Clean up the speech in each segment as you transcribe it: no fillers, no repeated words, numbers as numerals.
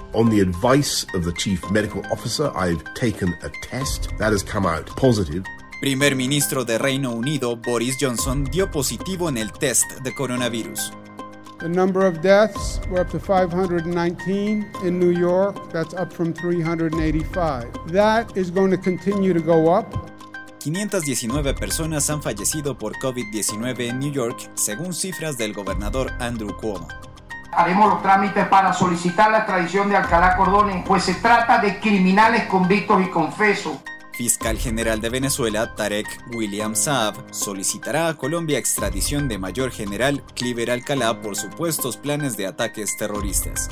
On the advice of the Chief Medical Officer, I've taken a test that has come out positive. Primer ministro de Reino Unido, Boris Johnson, dio positivo en el test de coronavirus. The number of deaths were up to 519 in New York. That's up from 385. That is going to continue to go up. 519 personas han fallecido por COVID-19 en New York, según cifras del gobernador Andrew Cuomo. Haremos los trámites para solicitar la extradición de Alcalá Cordón, pues se trata de criminales convictos y confesos. Fiscal General de Venezuela, Tarek William Saab, solicitará a Colombia extradición de Mayor General Cliver Alcalá por supuestos planes de ataques terroristas.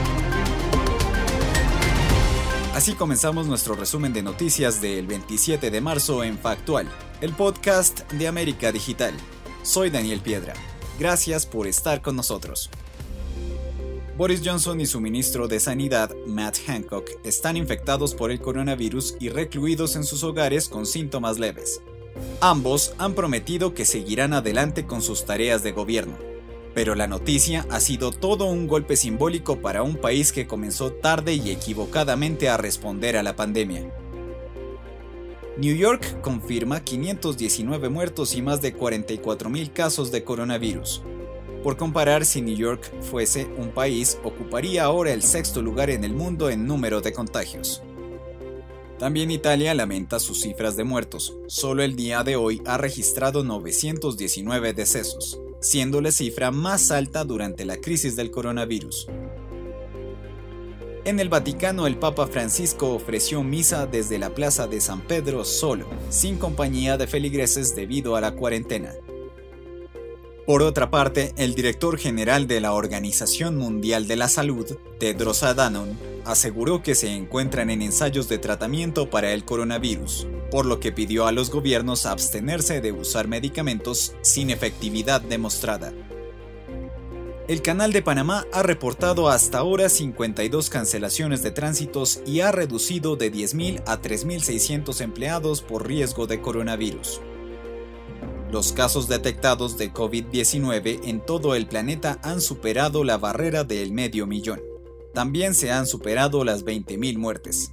Así comenzamos nuestro resumen de noticias del 27 de marzo en Factual, el podcast de América Digital. Soy Daniel Piedra. Gracias por estar con nosotros. Boris Johnson y su ministro de Sanidad, Matt Hancock, están infectados por el coronavirus y recluidos en sus hogares con síntomas leves. Ambos han prometido que seguirán adelante con sus tareas de gobierno. Pero la noticia ha sido todo un golpe simbólico para un país que comenzó tarde y equivocadamente a responder a la pandemia. New York confirma 519 muertos y más de 44,000 casos de coronavirus. Por comparar, si New York fuese un país, ocuparía ahora el sexto lugar en el mundo en número de contagios. También Italia lamenta sus cifras de muertos. Solo el día de hoy ha registrado 919 decesos, siendo la cifra más alta durante la crisis del coronavirus. En el Vaticano, el Papa Francisco ofreció misa desde la Plaza de San Pedro solo, sin compañía de feligreses debido a la cuarentena. Por otra parte, el director general de la Organización Mundial de la Salud, Tedros Adhanom, aseguró que se encuentran en ensayos de tratamiento para el coronavirus, por lo que pidió a los gobiernos abstenerse de usar medicamentos sin efectividad demostrada. El Canal de Panamá ha reportado hasta ahora 52 cancelaciones de tránsitos y ha reducido de 10,000 a 3,600 empleados por riesgo de coronavirus. Los casos detectados de COVID-19 en todo el planeta han superado la barrera del 500,000. También se han superado las 20,000 muertes.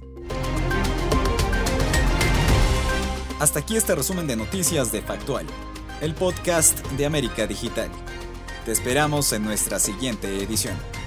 Hasta aquí este resumen de noticias de Factual, el podcast de América Digital. Te esperamos en nuestra siguiente edición.